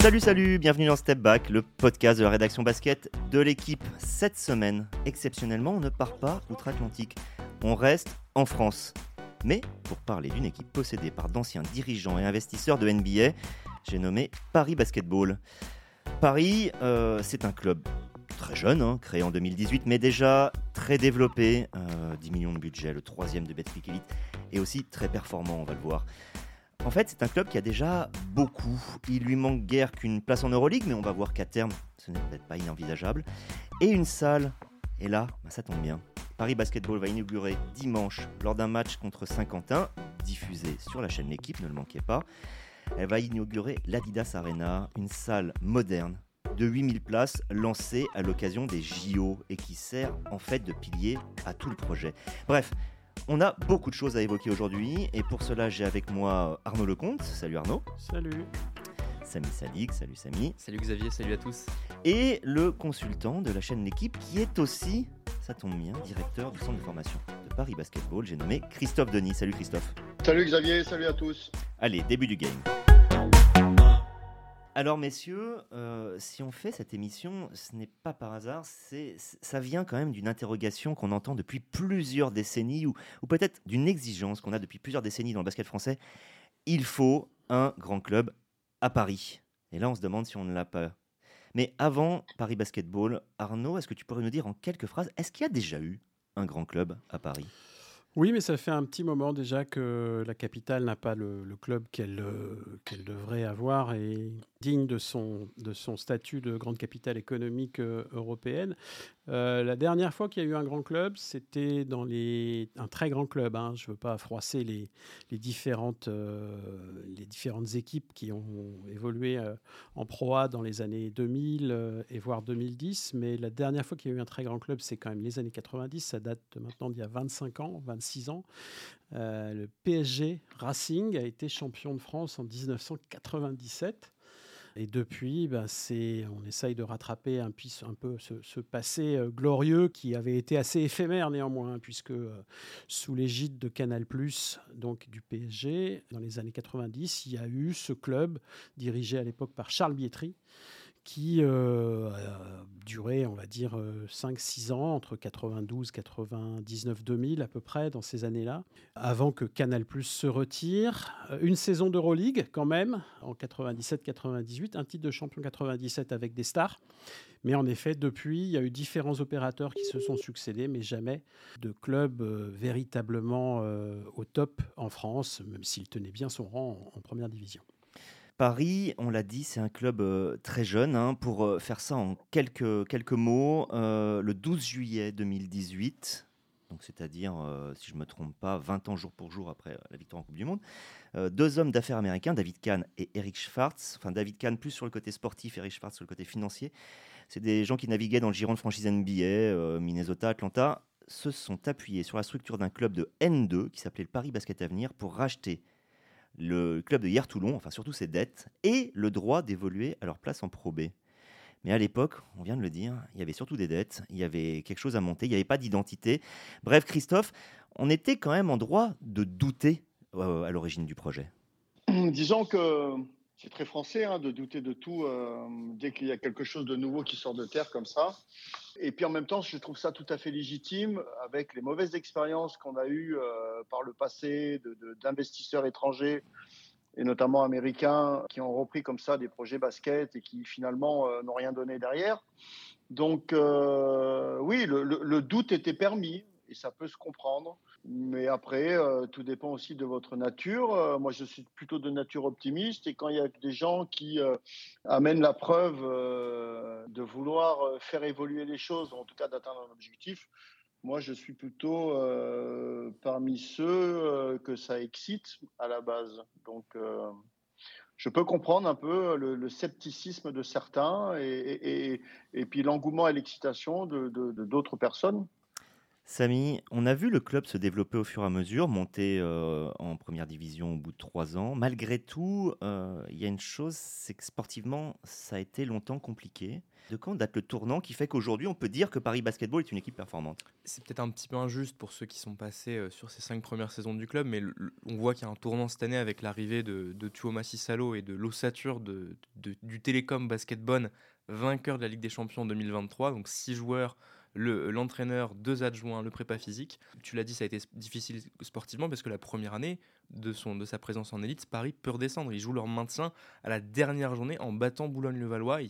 Salut, bienvenue dans Step Back, le podcast de la rédaction basket de l'équipe. Cette semaine, exceptionnellement, on ne part pas outre-Atlantique, on reste en France. Mais pour parler d'une équipe possédée par d'anciens dirigeants et investisseurs de NBA, j'ai nommé Paris Basketball. Paris, c'est un club très jeune, créé en 2018, mais déjà très développé, 10 millions de budget, le troisième de Betclic Elite, et aussi très performant, on va le voir. En fait, c'est un club qui a déjà beaucoup. Il lui manque guère qu'une place en Euroleague, mais on va voir qu'à terme, ce n'est peut-être pas inenvisageable. Et une salle. Et là, ça tombe bien. Paris Basketball va inaugurer dimanche, lors d'un match contre Saint-Quentin, diffusé sur la chaîne L'Équipe, ne le manquez pas. Elle va inaugurer l'Adidas Arena, une salle moderne de 8000 places lancée à l'occasion des JO et qui sert en fait de pilier à tout le projet. Bref, on a beaucoup de choses à évoquer aujourd'hui et pour cela j'ai avec moi Arnaud Lecomte. Salut Arnaud. Salut. Samy Sadik. Salut Samy. Salut Xavier, salut à tous. Et le consultant de la chaîne L'Équipe qui est aussi, ça tombe bien, directeur du centre de formation de Paris Basketball. J'ai nommé Christophe Denis. Salut Christophe. Salut Xavier, salut à tous. Allez, début du game. Alors messieurs, si on fait cette émission, ce n'est pas par hasard, ça vient quand même d'une interrogation qu'on entend depuis plusieurs décennies, ou peut-être d'une exigence qu'on a depuis plusieurs décennies dans le basket français. Il faut un grand club à Paris. Et là on se demande si on ne l'a pas. Mais avant Paris Basketball, Arnaud, est-ce que tu pourrais nous dire en quelques phrases, est-ce qu'il y a déjà eu un grand club à Paris ? Oui, mais ça fait un petit moment déjà que la capitale n'a pas le club qu'elle devrait avoir et digne de son statut de grande capitale économique européenne. La dernière fois qu'il y a eu un grand club, c'était dans un très grand club. Je ne veux pas froisser les différentes équipes qui ont évolué en Pro A dans les années 2000 et voire 2010. Mais la dernière fois qu'il y a eu un très grand club, c'est quand même les années 90. Ça date de maintenant d'il y a 25 ans, 26 ans. Le PSG Racing a été champion de France en 1997. Et depuis, on essaye de rattraper un peu ce passé glorieux qui avait été assez éphémère néanmoins, puisque sous l'égide de Canal+, donc du PSG, dans les années 90, il y a eu ce club dirigé à l'époque par Charles Bietri, qui a duré, on va dire, 5-6 ans, entre 92, 99, 2000 à peu près, dans ces années-là, avant que Canal+ se retire. Une saison d'Euroleague, quand même, en 97-98, un titre de champion 97 avec des stars. Mais en effet, depuis, il y a eu différents opérateurs qui se sont succédés, mais jamais de club véritablement au top en France, même s'il tenait bien son rang en première division. Paris, on l'a dit, c'est un club très jeune. Pour faire ça en quelques mots, le 12 juillet 2018, donc c'est-à-dire, si je ne me trompe pas, 20 ans jour pour jour après la victoire en Coupe du Monde, deux hommes d'affaires américains, David Kahn et Eric Schwartz, enfin David Kahn plus sur le côté sportif, Eric Schwartz sur le côté financier, c'est des gens qui naviguaient dans le giron de franchise NBA, Minnesota, Atlanta, se sont appuyés sur la structure d'un club de N2 qui s'appelait le Paris Basket Avenir pour racheter le club de Hier-Toulon, enfin surtout ses dettes, et le droit d'évoluer à leur place en Pro B. Mais à l'époque, on vient de le dire, il y avait surtout des dettes, il y avait quelque chose à monter, il n'y avait pas d'identité. Bref, Christophe, on était quand même en droit de douter à l'origine du projet. Disons que c'est très français de douter de tout dès qu'il y a quelque chose de nouveau qui sort de terre comme ça. Et puis en même temps, je trouve ça tout à fait légitime avec les mauvaises expériences qu'on a eues par le passé d'investisseurs étrangers et notamment américains qui ont repris comme ça des projets basket et qui finalement n'ont rien donné derrière. Donc oui, le doute était permis et ça peut se comprendre. Mais après, tout dépend aussi de votre nature. Moi, je suis plutôt de nature optimiste et quand il y a des gens qui amènent la preuve de vouloir faire évoluer les choses, en tout cas d'atteindre un objectif, moi, je suis plutôt parmi ceux que ça excite à la base. Donc, je peux comprendre un peu le scepticisme de certains et puis l'engouement et l'excitation d'autres personnes. Samy, on a vu le club se développer au fur et à mesure, monter en première division au bout de 3 ans. Malgré tout, il y a une chose, c'est que sportivement, ça a été longtemps compliqué. De quand date le tournant qui fait qu'aujourd'hui, on peut dire que Paris Basketball est une équipe performante? C'est peut-être un petit peu injuste pour ceux qui sont passés sur ces 5 premières saisons du club, mais on voit qu'il y a un tournant cette année avec l'arrivée de Tuomas Salo et de l'ossature du Télécom Basketball, vainqueur de la Ligue des Champions en 2023. Donc 6 joueurs, l'entraîneur, 2 adjoints, le prépa physique. Tu l'as dit, ça a été difficile sportivement parce que la première année de sa présence en élite, Paris peut redescendre. Ils jouent leur maintien à la dernière journée en battant Boulogne-le-Valois.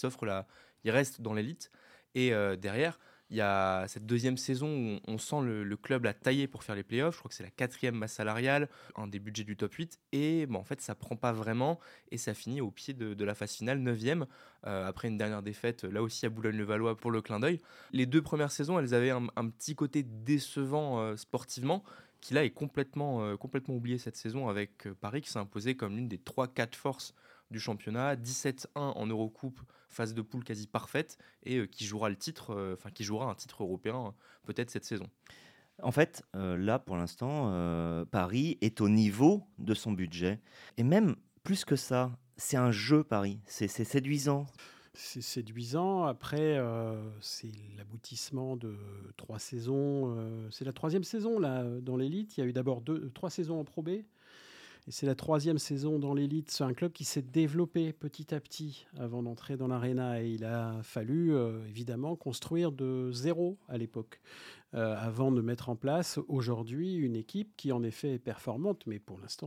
Il reste dans l'élite. Et derrière, il y a cette deuxième saison où on sent le club la tailler pour faire les playoffs. Je crois que c'est la 4e masse salariale, un des budgets du top 8. Et en fait, ça prend pas vraiment. Et ça finit au pied de la phase finale, 9e, après une dernière défaite, là aussi à Boulogne-le-Valois pour le clin d'œil. Les 2 premières saisons, elles avaient un petit côté décevant sportivement, qui là est complètement oublié cette saison avec Paris qui s'est imposé comme l'une des 3-4 forces du championnat, 17-1 en Eurocoupe, phase de poule quasi parfaite, et qui jouera un titre européen peut-être cette saison. En fait, là, pour l'instant, Paris est au niveau de son budget. Et même plus que ça, c'est un jeu, Paris. C'est séduisant. C'est séduisant. Après, c'est l'aboutissement de 3 saisons. C'est la 3e saison là, dans l'élite. Il y a eu d'abord 3 saisons en Pro B. Et c'est la 3e saison dans l'élite. C'est un club qui s'est développé petit à petit avant d'entrer dans l'aréna. Et il a fallu, évidemment, construire de zéro à l'époque, avant de mettre en place aujourd'hui une équipe qui, en effet, est performante. Mais pour l'instant,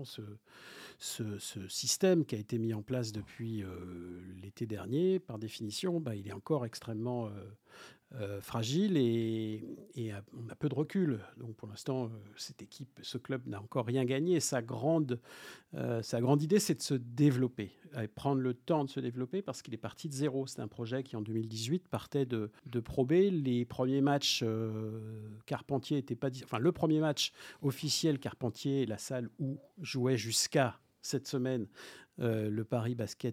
ce système qui a été mis en place depuis l'été dernier, par définition, il est encore extrêmement fragile et on a peu de recul. Donc pour l'instant, cette équipe, ce club n'a encore rien gagné. Sa grande idée, c'est de se développer, prendre le temps de se développer parce qu'il est parti de zéro. C'est un projet qui, en 2018, partait de Pro B. Les premiers matchs, Carpentier n'était pas... Enfin, le premier match officiel, Carpentier, la salle où jouait jusqu'à cette semaine le Paris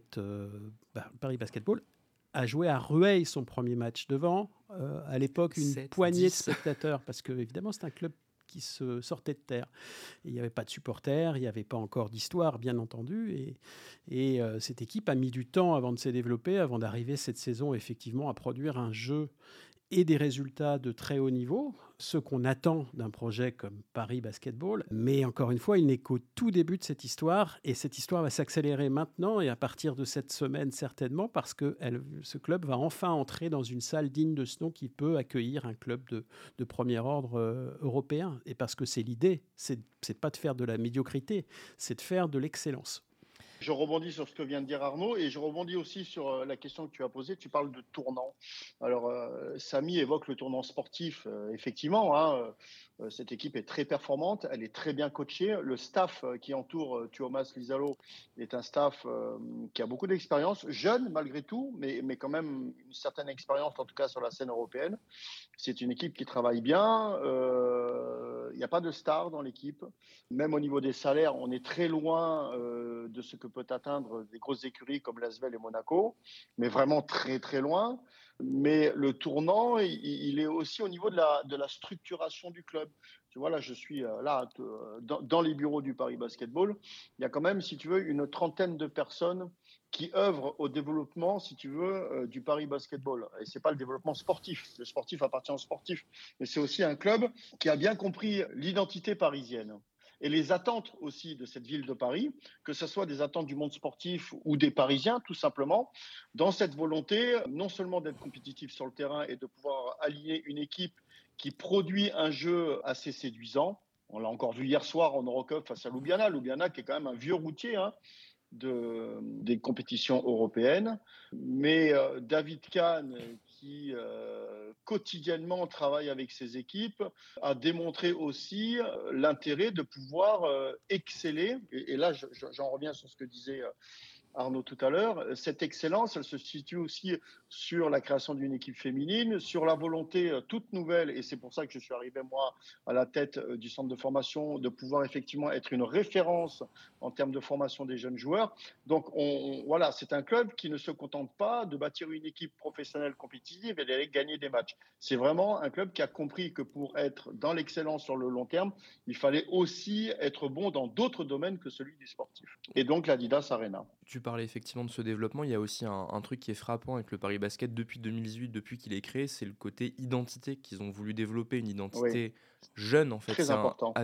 Basketball, a joué à Rueil son premier match devant, à l'époque, une poignée de spectateurs, parce que évidemment c'est un club qui se sortait de terre. Et il n'y avait pas de supporters, il n'y avait pas encore d'histoire, bien entendu, et cette équipe a mis du temps avant de se développer, avant d'arriver cette saison effectivement à produire un jeu et des résultats de très haut niveau, ce qu'on attend d'un projet comme Paris Basketball. Mais encore une fois, il n'est qu'au tout début de cette histoire, et cette histoire va s'accélérer maintenant et à partir de cette semaine certainement, parce que ce club va enfin entrer dans une salle digne de ce nom qui peut accueillir un club de premier ordre européen. Et parce que c'est l'idée, c'est pas de faire de la médiocrité, c'est de faire de l'excellence. Je rebondis sur ce que vient de dire Arnaud et je rebondis aussi sur la question que tu as posée. Tu parles de tournant. Alors, Samy évoque le tournant sportif. Effectivement, cette équipe est très performante, elle est très bien coachée. Le staff qui entoure Tuomas Salo est un staff qui a beaucoup d'expérience, jeune malgré tout, mais quand même une certaine expérience, en tout cas sur la scène européenne. C'est une équipe qui travaille bien. Il n'y a pas de star dans l'équipe. Même au niveau des salaires, on est très loin de ce que peut atteindre des grosses écuries comme l'Asvel et Monaco, mais vraiment très très loin. Mais le tournant, il est aussi au niveau de la structuration du club. Tu vois, là, je suis là dans les bureaux du Paris Basketball. Il y a quand même, si tu veux, une trentaine de personnes qui œuvrent au développement, si tu veux, du Paris Basketball. Et c'est pas le développement sportif. Le sportif appartient au sportif. Mais c'est aussi un club qui a bien compris l'identité parisienne et les attentes aussi de cette ville de Paris, que ce soit des attentes du monde sportif ou des Parisiens, tout simplement, dans cette volonté non seulement d'être compétitif sur le terrain et de pouvoir aligner une équipe qui produit un jeu assez séduisant. On l'a encore vu hier soir en Eurocup face à Ljubljana. Ljubljana qui est quand même un vieux routier, des compétitions européennes. Mais David Kahn, qui quotidiennement travaille avec ses équipes, a démontré aussi l'intérêt de pouvoir exceller. Et là, j'en reviens sur ce que disait Arnaud tout à l'heure. Cette excellence, elle se situe aussi sur la création d'une équipe féminine, sur la volonté toute nouvelle, et c'est pour ça que je suis arrivé, moi, à la tête du centre de formation, de pouvoir effectivement être une référence en termes de formation des jeunes joueurs. Donc, voilà, c'est un club qui ne se contente pas de bâtir une équipe professionnelle compétitive et d'aller gagner des matchs. C'est vraiment un club qui a compris que pour être dans l'excellence sur le long terme, il fallait aussi être bon dans d'autres domaines que celui du sportif. Et donc, l'Adidas Arena. Tu parlais effectivement de ce développement. Il y a aussi un truc qui est frappant avec le Paris Basket depuis 2018, depuis qu'il est créé, c'est le côté identité qu'ils ont voulu développer, une identité jeune en fait. Très important.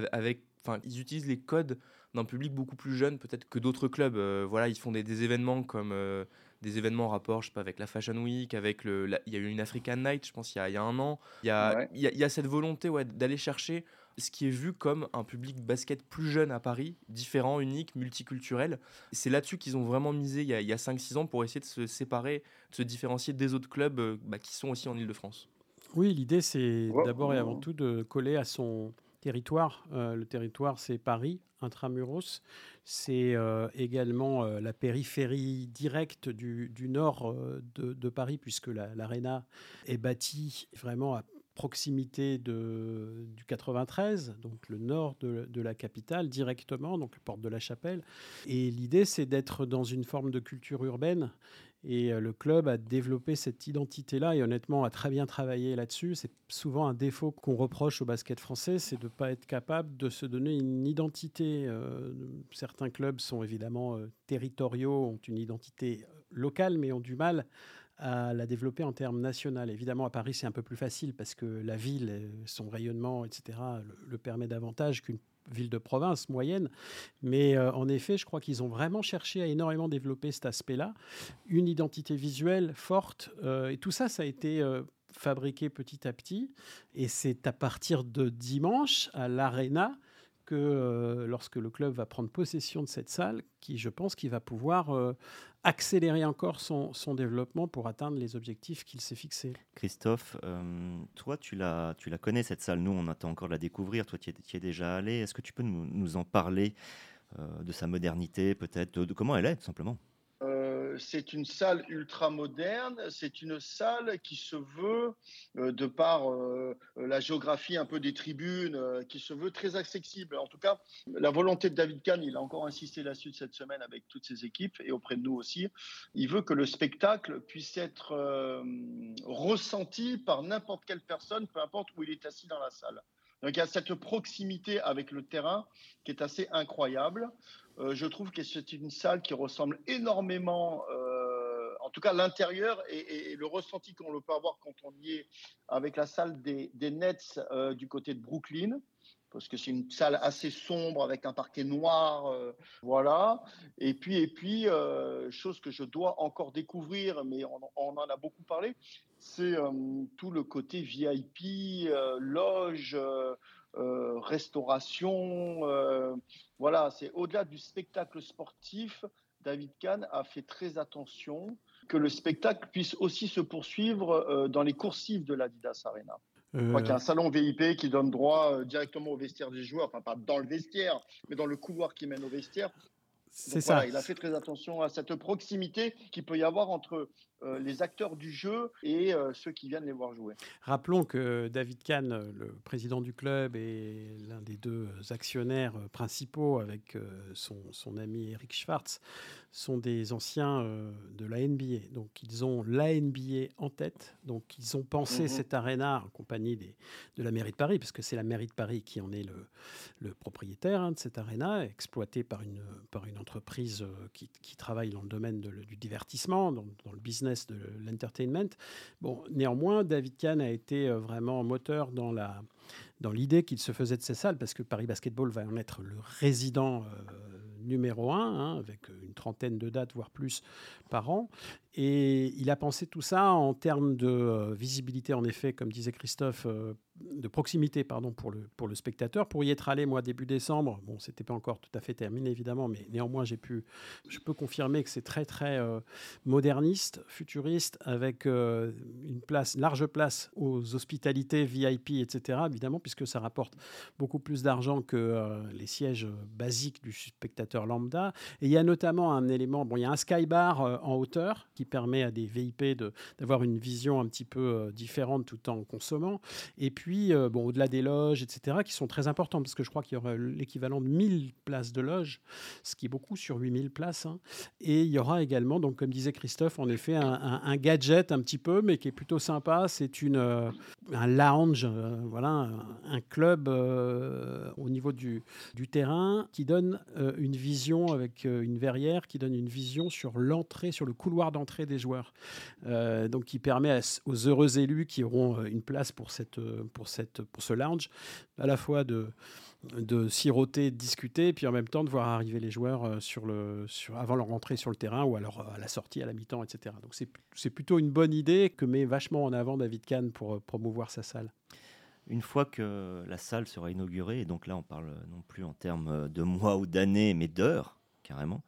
Ils utilisent les codes d'un public beaucoup plus jeune peut-être que d'autres clubs. Voilà, ils font des événements comme des événements en rapport, je sais pas, avec la Fashion Week, il y a eu une African Night, je pense, il y a un an. Il y a cette volonté d'aller chercher ce qui est vu comme un public basket plus jeune à Paris, différent, unique, multiculturel. C'est là-dessus qu'ils ont vraiment misé il y a 5-6 ans pour essayer de se séparer, de se différencier des autres clubs qui sont aussi en Île-de-France. Oui, l'idée, c'est d'abord et avant tout de coller à son territoire. Le territoire, c'est Paris, intramuros. C'est également la périphérie directe du nord de Paris, puisque l'Arena est bâtie vraiment à proximité du 93, donc le nord de la capitale, directement, donc porte de la Chapelle. Et l'idée, c'est d'être dans une forme de culture urbaine. Et le club a développé cette identité-là et honnêtement a très bien travaillé là-dessus. C'est souvent un défaut qu'on reproche au basket français, c'est de ne pas être capable de se donner une identité. Certains clubs sont évidemment territoriaux, ont une identité locale, mais ont du mal à la développer en termes nationaux. Évidemment, à Paris, c'est un peu plus facile parce que la ville, son rayonnement, etc., le permet davantage qu'une ville de province moyenne. Mais en effet, je crois qu'ils ont vraiment cherché à énormément développer cet aspect-là, une identité visuelle forte. Et tout ça, ça a été fabriqué petit à petit. Et c'est à partir de dimanche à l'Arena que lorsque le club va prendre possession de cette salle, je pense qu'il va pouvoir accélérer encore son développement pour atteindre les objectifs qu'il s'est fixés. Christophe, toi, tu la connais cette salle. Nous, on attend encore de la découvrir. Toi, tu y es déjà allé. Est-ce que tu peux nous en parler de sa modernité, peut-être, de comment elle est, tout simplement? C'est une salle ultra moderne, c'est une salle qui se veut, de par la géographie un peu des tribunes, qui se veut très accessible. En tout cas, la volonté de David Kahn, il a encore insisté là-dessus cette semaine avec toutes ses équipes et auprès de nous aussi, il veut que le spectacle puisse être ressenti par n'importe quelle personne, peu importe où il est assis dans la salle. Donc il y a cette proximité avec le terrain qui est assez incroyable. Je trouve que c'est une salle qui ressemble énormément, en tout cas l'intérieur et le ressenti qu'on peut avoir quand on y est avec la salle des Nets du côté de Brooklyn, parce que c'est une salle assez sombre avec un parquet noir, voilà. Et puis chose que je dois encore découvrir, mais on en a beaucoup parlé, c'est tout le côté VIP, loge, restauration. Voilà, c'est au-delà du spectacle sportif. David Kahn a fait très attention que le spectacle puisse aussi se poursuivre dans les coursives de l'Adidas Arena. Je crois qu'il y a un salon VIP qui donne droit directement au vestiaire des joueurs, enfin pas dans le vestiaire, mais dans le couloir qui mène au vestiaire. C'est voilà, ça. il a fait très attention à cette proximité qu'il peut y avoir entre les acteurs du jeu et ceux qui viennent les voir jouer. Rappelons que David Kahn, le président du club et l'un des deux actionnaires principaux avec son ami Eric Schwartz, sont des anciens de la NBA. Donc ils ont la NBA en tête. Donc ils ont pensé cette arena en compagnie de la mairie de Paris, parce que c'est la mairie de Paris qui en est le propriétaire de cette arena, exploitée par une entreprise qui travaille dans le domaine du divertissement, dans le business de l'entertainment. Bon, néanmoins, David Kahn a été vraiment moteur dans l'idée qu'il se faisait de ces salles, parce que Paris Basketball va en être le résident numéro 1, avec une trentaine de dates, voire plus, par an. Et il a pensé tout ça en termes de visibilité, en effet, comme disait Christophe, de proximité pour le spectateur. Pour y être allé, moi, début décembre, bon, c'était pas encore tout à fait terminé, évidemment, mais néanmoins, je peux confirmer que c'est très, très moderniste, futuriste, avec une large place aux hospitalités VIP, etc., évidemment, puisque ça rapporte beaucoup plus d'argent que les sièges basiques du spectateur lambda. Et il y a notamment un élément, il y a un skybar en hauteur qui permet à des VIP d'avoir une vision un petit peu différente tout en consommant. Et puis, au-delà des loges, etc., qui sont très importantes, parce que je crois qu'il y aura l'équivalent de 1000 places de loge, ce qui est beaucoup sur 8000 places. Hein. Et il y aura également, donc, comme disait Christophe, en effet, un gadget un petit peu, mais qui est plutôt sympa. C'est un lounge, un club au niveau du terrain qui donne une vision avec une verrière qui donne une vision sur l'entrée, sur le couloir d'entrée des joueurs. Donc, qui permet aux heureux élus qui auront une place pour ce lounge, à la fois de siroter, de discuter, et puis en même temps de voir arriver les joueurs avant leur entrée sur le terrain ou alors à la sortie, à la mi-temps, etc. Donc c'est plutôt une bonne idée que met vachement en avant David Kahn pour promouvoir sa salle. Une fois que la salle sera inaugurée, et donc là on parle non plus en termes de mois ou d'années, mais d'heures, carrément,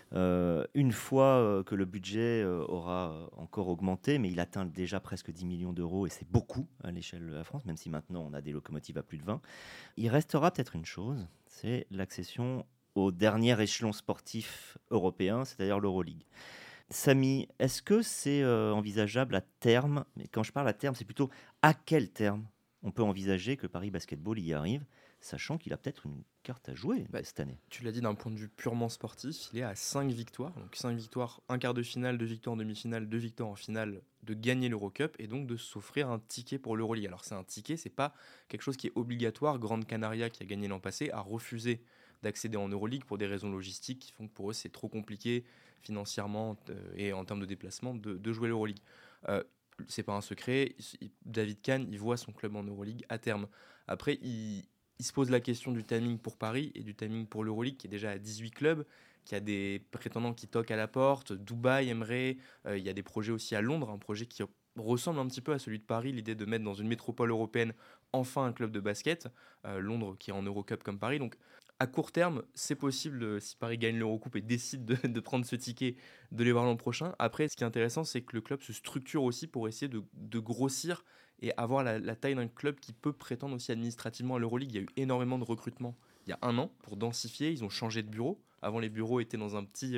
une fois que le budget aura encore augmenté, mais il atteint déjà presque 10 millions d'euros, et c'est beaucoup à l'échelle de la France, même si maintenant on a des locomotives à plus de 20, il restera peut-être une chose, c'est l'accession au dernier échelon sportif européen, c'est-à-dire l'Euroleague. Samy, est-ce que c'est envisageable à terme, mais quand je parle à terme, c'est plutôt à quel terme on peut envisager que Paris Basketball y arrive, sachant qu'il a peut-être une carte à jouer cette année. Tu l'as dit, d'un point de vue purement sportif, il est à 5 victoires. Donc 5 victoires, un quart de finale, 2 victoires en demi-finale, 2 victoires en finale, de gagner l'Eurocup et donc de s'offrir un ticket pour l'Euroleague. Alors c'est un ticket, c'est pas quelque chose qui est obligatoire. Grande Canaria, qui a gagné l'an passé, a refusé d'accéder en Euroleague pour des raisons logistiques qui font que pour eux c'est trop compliqué financièrement et en termes de déplacement de jouer l'Euroleague. C'est pas un secret, David Kahn, il voit son club en Euroleague à terme. Après, il se pose la question du timing pour Paris et du timing pour l'Euroleague, qui est déjà à 18 clubs, qui a des prétendants qui toquent à la porte. Dubaï aimerait, il y a des projets aussi à Londres, un projet qui ressemble un petit peu à celui de Paris, l'idée de mettre dans une métropole européenne enfin un club de basket. Londres qui est en Eurocup comme Paris, donc à court terme, c'est possible, si Paris gagne l'Eurocoupe et décide de prendre ce ticket, de les voir l'an prochain. Après, ce qui est intéressant, c'est que le club se structure aussi pour essayer de grossir et avoir la taille d'un club qui peut prétendre aussi administrativement à l'Euroleague. Il y a eu énormément de recrutements il y a 1 an pour densifier. Ils ont changé de bureau. Avant, les bureaux étaient dans un petit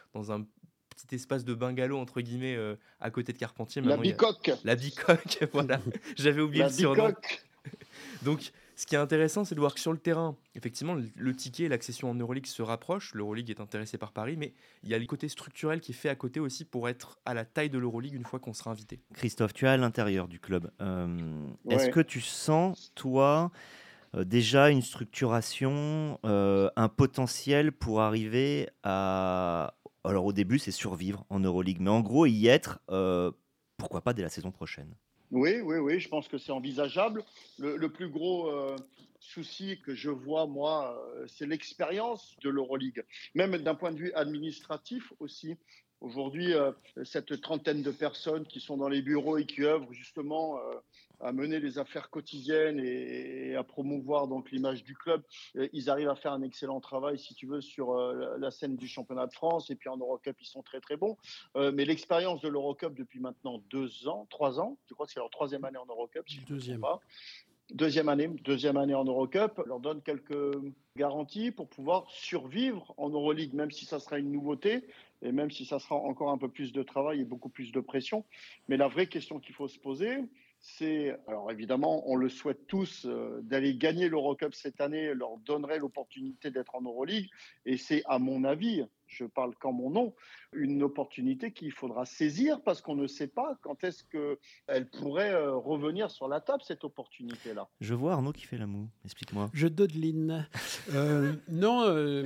espace de bungalow, entre guillemets, à côté de Carpentier. La Bicoque. La Bicoque, voilà. J'avais oublié le surnom. Donc, ce qui est intéressant, c'est de voir que sur le terrain, effectivement, le ticket et l'accession en Euroleague se rapprochent. L'Euroleague est intéressée par Paris, mais il y a le côté structurel qui est fait à côté aussi pour être à la taille de l'Euroleague une fois qu'on sera invité. Christophe, tu es à l'intérieur du club. Est-ce que tu sens, toi, déjà une structuration, un potentiel pour arriver à... Alors au début, c'est survivre en Euroleague, mais en gros, y être, pourquoi pas dès la saison prochaine? Oui, je pense que c'est envisageable. Le plus gros souci que je vois, moi, c'est l'expérience de l'Euroleague, même d'un point de vue administratif aussi. Aujourd'hui, cette trentaine de personnes qui sont dans les bureaux et qui œuvrent justement à mener les affaires quotidiennes et à promouvoir donc l'image du club, ils arrivent à faire un excellent travail, si tu veux, sur la scène du championnat de France, et puis en Eurocup, ils sont très très bons. Mais l'expérience de l'Eurocup depuis maintenant 3 ans, je crois que c'est leur 3e année en Eurocup, si je ne me trompe pas. Deuxième année en Eurocup, leur donne quelques garanties pour pouvoir survivre en Euroleague, même si ça sera une nouveauté et même si ça sera encore un peu plus de travail et beaucoup plus de pression. Mais la vraie question qu'il faut se poser, c'est, alors évidemment, on le souhaite tous, d'aller gagner l'Eurocup cette année leur donnerait l'opportunité d'être en Euroleague. Et c'est, à mon avis, je parle qu'en mon nom, une opportunité qu'il faudra saisir parce qu'on ne sait pas quand est-ce qu'elle pourrait revenir sur la table, cette opportunité-là. Je vois Arnaud qui fait la moue. Explique-moi. Je dodeline. Non,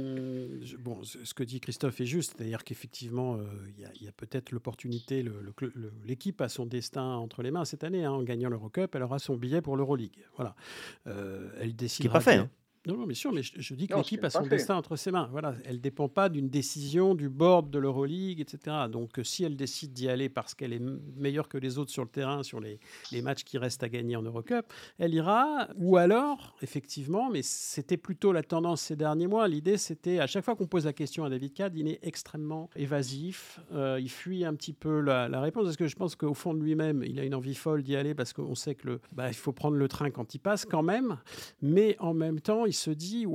ce que dit Christophe est juste. C'est-à-dire qu'effectivement, il y a peut-être l'opportunité, l'équipe a son destin entre les mains cette année. En gagnant l'Eurocup, elle aura son billet pour l'Euroleague. Voilà. Elle décidera. Ce qui n'est pas fait. Non, bien sûr, mais je dis que Non, l'équipe c'est a son pas fait. destin entre ses mains. Voilà, elle ne dépend pas d'une décision du board de l'Euroleague, etc. Donc, si elle décide d'y aller parce qu'elle est meilleure que les autres sur le terrain, sur les matchs qui restent à gagner en Eurocup, elle ira. Ou alors, effectivement, mais c'était plutôt la tendance ces derniers mois. L'idée, c'était, à chaque fois qu'on pose la question à David Cade, il est extrêmement évasif. Il fuit un petit peu la réponse, parce que je pense qu'au fond de lui-même, il a une envie folle d'y aller, parce qu'on sait que il faut prendre le train quand il passe quand même. Mais en même temps, il se dit,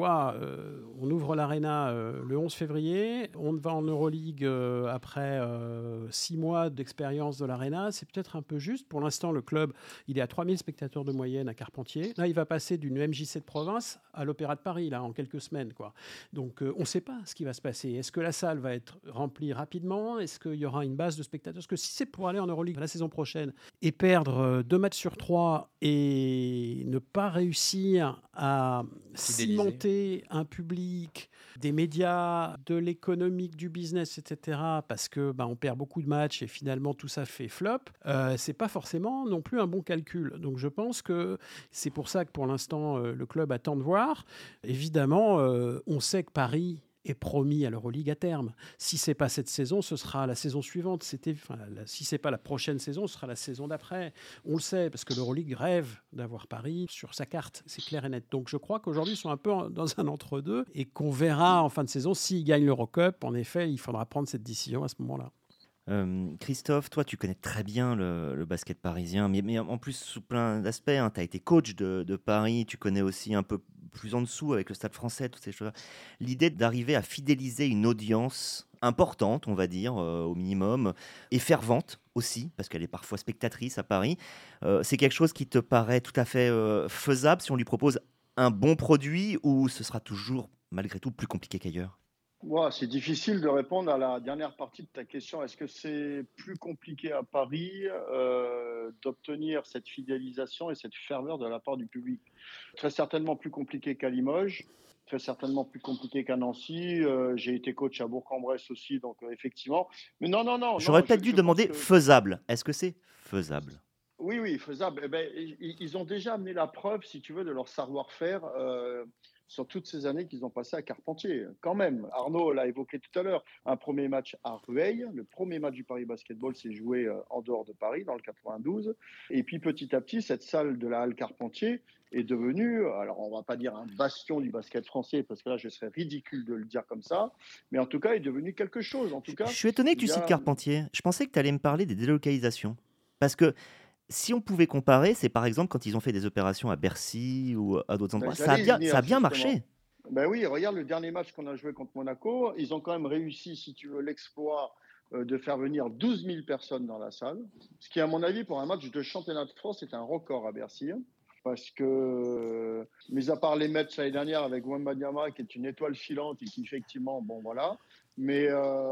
on ouvre l'Arena le 11 février, on va en Euroleague après 6 mois d'expérience de l'Arena, c'est peut-être un peu juste. Pour l'instant, le club, il est à 3000 spectateurs de moyenne à Carpentier. Là, il va passer d'une MJC de province à l'Opéra de Paris, là, en quelques semaines, quoi. Donc, on ne sait pas ce qui va se passer. Est-ce que la salle va être remplie rapidement? Est-ce qu'il y aura une base de spectateurs? Parce que si c'est pour aller en Euroleague la saison prochaine et perdre 2 matchs sur 3 et ne pas réussir à cimenter un public, des médias, de l'économique, du business, etc., parce que on perd beaucoup de matchs et finalement tout ça fait flop, c'est pas forcément non plus un bon calcul. Donc je pense que c'est pour ça que pour l'instant le club attend de voir. Évidemment, on sait que Paris est promis à l'Euroleague à terme. Si c'est pas cette saison, ce sera la saison suivante. Si c'est pas la prochaine saison, ce sera la saison d'après. On le sait, parce que l'Euroleague rêve d'avoir Paris sur sa carte. C'est clair et net. Donc je crois qu'aujourd'hui, ils sont un peu dans un entre-deux et qu'on verra en fin de saison s'ils gagnent l'Eurocup. En effet, il faudra prendre cette décision à ce moment-là. Christophe, toi, tu connais très bien le basket parisien, mais en plus sous plein d'aspects. Hein. Tu as été coach de Paris, tu connais aussi un peu plus en dessous avec le Stade français, toutes ces choses-là. L'idée d'arriver à fidéliser une audience importante, on va dire, au minimum, et fervente aussi, parce qu'elle est parfois spectatrice à Paris, c'est quelque chose qui te paraît tout à fait faisable si on lui propose un bon produit, ou ce sera toujours, malgré tout, plus compliqué qu'ailleurs? C'est difficile de répondre à la dernière partie de ta question. Est-ce que c'est plus compliqué à Paris d'obtenir cette fidélisation et cette ferveur de la part du public? Très certainement plus compliqué qu'à Limoges, très certainement plus compliqué qu'à Nancy. J'ai été coach à Bourg-en-Bresse aussi, donc effectivement. Mais non. J'aurais peut-être dû Je pense demander que faisable. Est-ce que c'est faisable? oui, faisable. Ils ont déjà amené la preuve, si tu veux, de leur savoir-faire sur toutes ces années qu'ils ont passées à Carpentier. Quand même, Arnaud l'a évoqué tout à l'heure, un premier match à Rueil. Le premier match du Paris Basketball s'est joué en dehors de Paris, dans le 92. Et puis petit à petit, cette salle de la Halle Carpentier est devenue, alors on ne va pas dire un bastion du basket français, parce que là, je serais ridicule de le dire comme ça, mais en tout cas, est devenu quelque chose. En tout cas, Je suis étonné que tu cites Carpentier. Je pensais que tu allais me parler des délocalisations. Parce que si on pouvait comparer, c'est par exemple quand ils ont fait des opérations à Bercy ou à d'autres endroits. Ça a bien marché. Oui, regarde le dernier match qu'on a joué contre Monaco. Ils ont quand même réussi, si tu veux, l'exploit de faire venir 12 000 personnes dans la salle. Ce qui, à mon avis, pour un match de championnat de France, est un record à Bercy. Parce que, mis à part les matchs l'année dernière avec Wembanyama, qui est une étoile filante et qui, effectivement, mais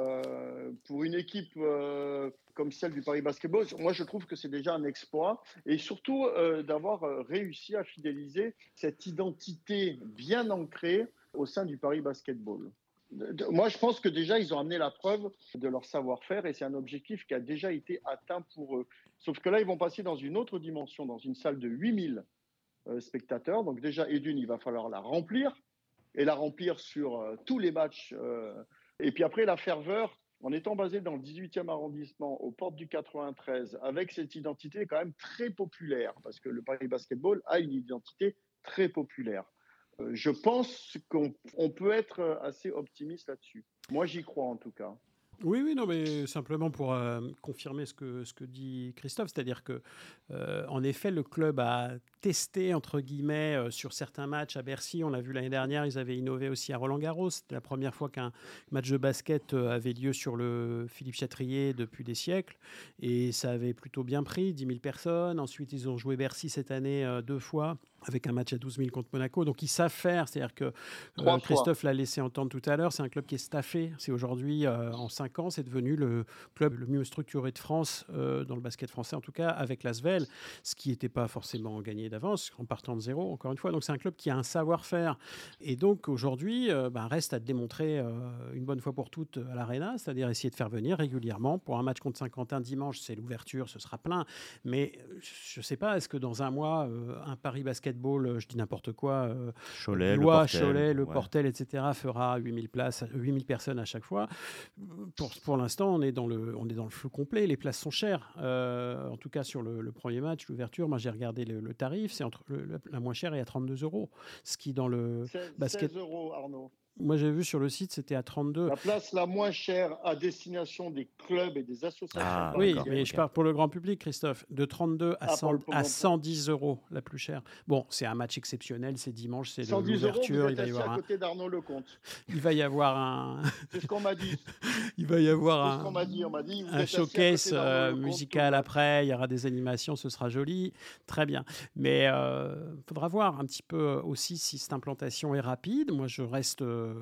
pour une équipe comme celle du Paris Basketball, moi je trouve que c'est déjà un exploit, et surtout d'avoir réussi à fidéliser cette identité bien ancrée au sein du Paris Basketball. Moi je pense que déjà ils ont amené la preuve de leur savoir-faire, et c'est un objectif qui a déjà été atteint pour eux. Sauf que là ils vont passer dans une autre dimension, dans une salle de 8000 spectateurs. Donc déjà, il va falloir la remplir, et la remplir sur tous les matchs. Et puis après, la ferveur, en étant basé dans le 18e arrondissement, aux portes du 93, avec cette identité quand même très populaire, parce que le Paris Basketball a une identité très populaire. Je pense qu'on peut être assez optimiste là-dessus. Moi, j'y crois en tout cas. Oui, non, mais simplement pour confirmer ce que dit Christophe, c'est-à-dire que, en effet, le club a testé, entre guillemets, sur certains matchs à Bercy. On l'a vu l'année dernière, ils avaient innové aussi à Roland-Garros. C'était la première fois qu'un match de basket avait lieu sur le Philippe Chatrier depuis des siècles, et ça avait plutôt bien pris, 10 000 personnes. Ensuite, ils ont joué Bercy cette année 2 fois, avec un match à 12 000 contre Monaco. Donc, ils savent faire. C'est-à-dire que Christophe l'a laissé entendre tout à l'heure, c'est un club qui est staffé. C'est aujourd'hui, en 5 ans, c'est devenu le club le mieux structuré de France, dans le basket français en tout cas, avec l'Asvel, ce qui n'était pas forcément gagné d'avance, en partant de zéro, encore une fois. Donc c'est un club qui a un savoir-faire. Et donc aujourd'hui, reste à démontrer une bonne fois pour toutes à l'Arena, c'est-à-dire essayer de faire venir régulièrement. Pour un match contre Saint-Quentin dimanche, c'est l'ouverture, ce sera plein. Mais je ne sais pas, est-ce que dans un mois, un Paris Basket basketball, je dis n'importe quoi, Cholet, Cholet, le Portel, etc., fera 8000 personnes à chaque fois. Pour l'instant, on est dans le flou complet. Les places sont chères. En tout cas, sur le premier match, l'ouverture, moi j'ai regardé le tarif, c'est la moins chère est à 32 €. Ce qui, dans le basket. 16 €, Arnaud. Moi, j'ai vu sur le site, c'était à 32. La place la moins chère à destination des clubs et des associations. Oui, mais je parle pour le grand public, Christophe. De 32 à 110 €, la plus chère. Bon, c'est un match exceptionnel, c'est dimanche, c'est l'ouverture. Il va y avoir à côté d'Arnaud Lecomte. Il va y avoir un... C'est ce qu'on m'a dit. Il va y avoir c'est ce qu'on m'a dit. On m'a dit un showcase musical après, il y aura des animations, ce sera joli. Très bien. Mais il faudra voir un petit peu aussi si cette implantation est rapide. Moi, je reste...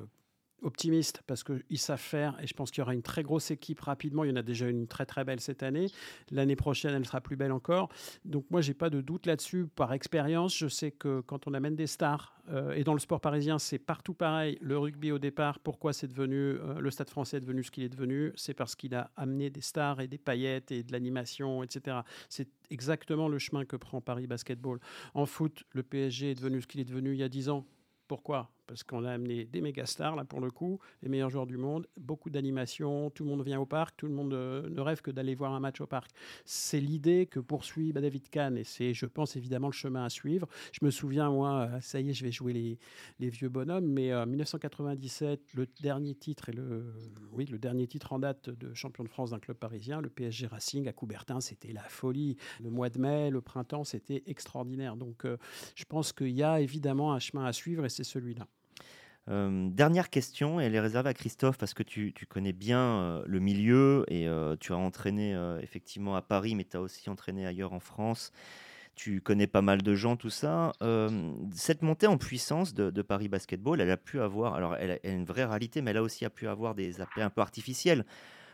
optimiste parce qu'ils savent faire et je pense qu'il y aura une très grosse équipe rapidement. Il y en a déjà une très très belle cette année. L'année prochaine, elle sera plus belle encore. Donc moi, j'ai pas de doute là-dessus. Par expérience, je sais que quand on amène des stars, et dans le sport parisien, c'est partout pareil. Le rugby au départ, pourquoi c'est devenu le Stade Français est devenu ce qu'il est devenu, c'est parce qu'il a amené des stars et des paillettes et de l'animation, etc. C'est exactement le chemin que prend Paris Basketball. En foot, le PSG est devenu ce qu'il est devenu il y a 10 ans. Pourquoi ? Parce qu'on a amené des méga stars, là pour le coup, les meilleurs joueurs du monde, beaucoup d'animation, tout le monde vient au parc, tout le monde ne rêve que d'aller voir un match au parc. C'est l'idée que poursuit David Kahn et c'est, je pense, évidemment le chemin à suivre. Je me souviens, moi, ça y est, je vais jouer les vieux bonhommes, mais en 1997, le dernier titre le dernier titre en date de champion de France d'un club parisien, le PSG Racing à Coubertin, c'était la folie. Le mois de mai, le printemps, c'était extraordinaire. Donc, je pense qu'il y a évidemment un chemin à suivre et c'est celui-là. Dernière question, et elle est réservée à Christophe parce que tu connais bien le milieu et tu as entraîné effectivement à Paris, mais tu as aussi entraîné ailleurs en France. Tu connais pas mal de gens, tout ça. Cette montée en puissance de Paris Basketball, elle a pu avoir, alors elle a une vraie réalité, mais elle a aussi pu avoir des aspects un peu artificiels.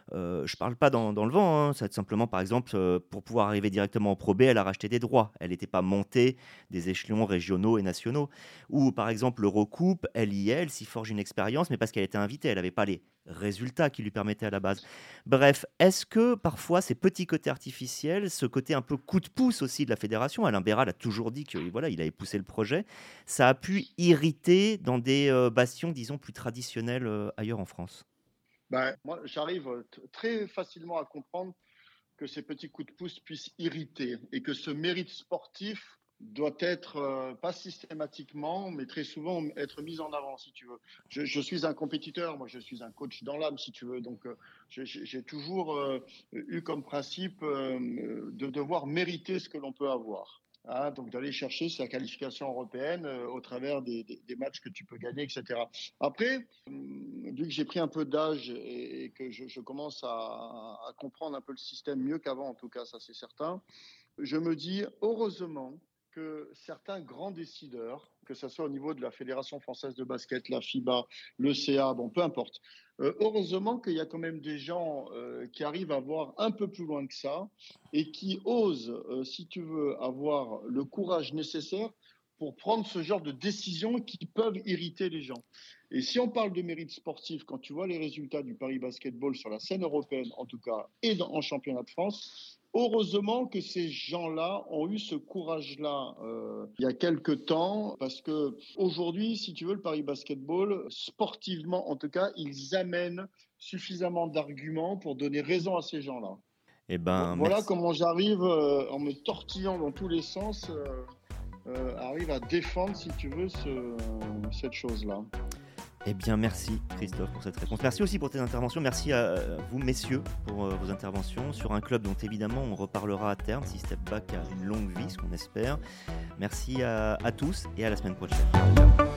Je parle pas dans le vent, hein. C'est simplement, par exemple, pour pouvoir arriver directement en Pro B, elle a racheté des droits. Elle n'était pas montée des échelons régionaux et nationaux. Ou par exemple, l'Eurocoupe, elle s'y forge une expérience, mais parce qu'elle était invitée, elle n'avait pas les résultats qui lui permettaient à la base. Bref, est-ce que parfois ces petits côtés artificiels, ce côté un peu coup de pouce aussi de la fédération, Alain Béral a toujours dit qu'il avait poussé le projet, ça a pu irriter dans des bastions, disons, plus traditionnels ailleurs en France? Moi, j'arrive très facilement à comprendre que ces petits coups de pouce puissent irriter et que ce mérite sportif doit être, pas systématiquement, mais très souvent être mis en avant, si tu veux. Je suis un compétiteur, moi je suis un coach dans l'âme, si tu veux. Donc, j'ai toujours eu comme principe de devoir mériter ce que l'on peut avoir. Donc d'aller chercher sa qualification européenne au travers des matchs que tu peux gagner, etc. Après, vu que j'ai pris un peu d'âge et que je commence à comprendre un peu le système mieux qu'avant, en tout cas, ça c'est certain, je me dis heureusement que certains grands décideurs, que ce soit au niveau de la Fédération française de basket, la FIBA, le CA, bon, peu importe, heureusement qu'il y a quand même des gens qui arrivent à voir un peu plus loin que ça et qui osent, si tu veux, avoir le courage nécessaire pour prendre ce genre de décisions qui peuvent irriter les gens. Et si on parle de mérite sportif, quand tu vois les résultats du Paris Basketball sur la scène européenne, en tout cas, et en championnat de France, heureusement que ces gens-là ont eu ce courage-là il y a quelques temps, parce que aujourd'hui, si tu veux, le Paris Basketball, sportivement en tout cas, ils amènent suffisamment d'arguments pour donner raison à ces gens-là. Voilà merci. Comment j'arrive, en me tortillant dans tous les sens, arrive à défendre, si tu veux, cette chose-là. Eh bien, merci Christophe pour cette réponse. Merci aussi pour tes interventions. Merci à vous, messieurs, pour vos interventions sur un club dont évidemment on reparlera à terme si Step Back a une longue vie, ce qu'on espère. Merci à tous et à la semaine prochaine.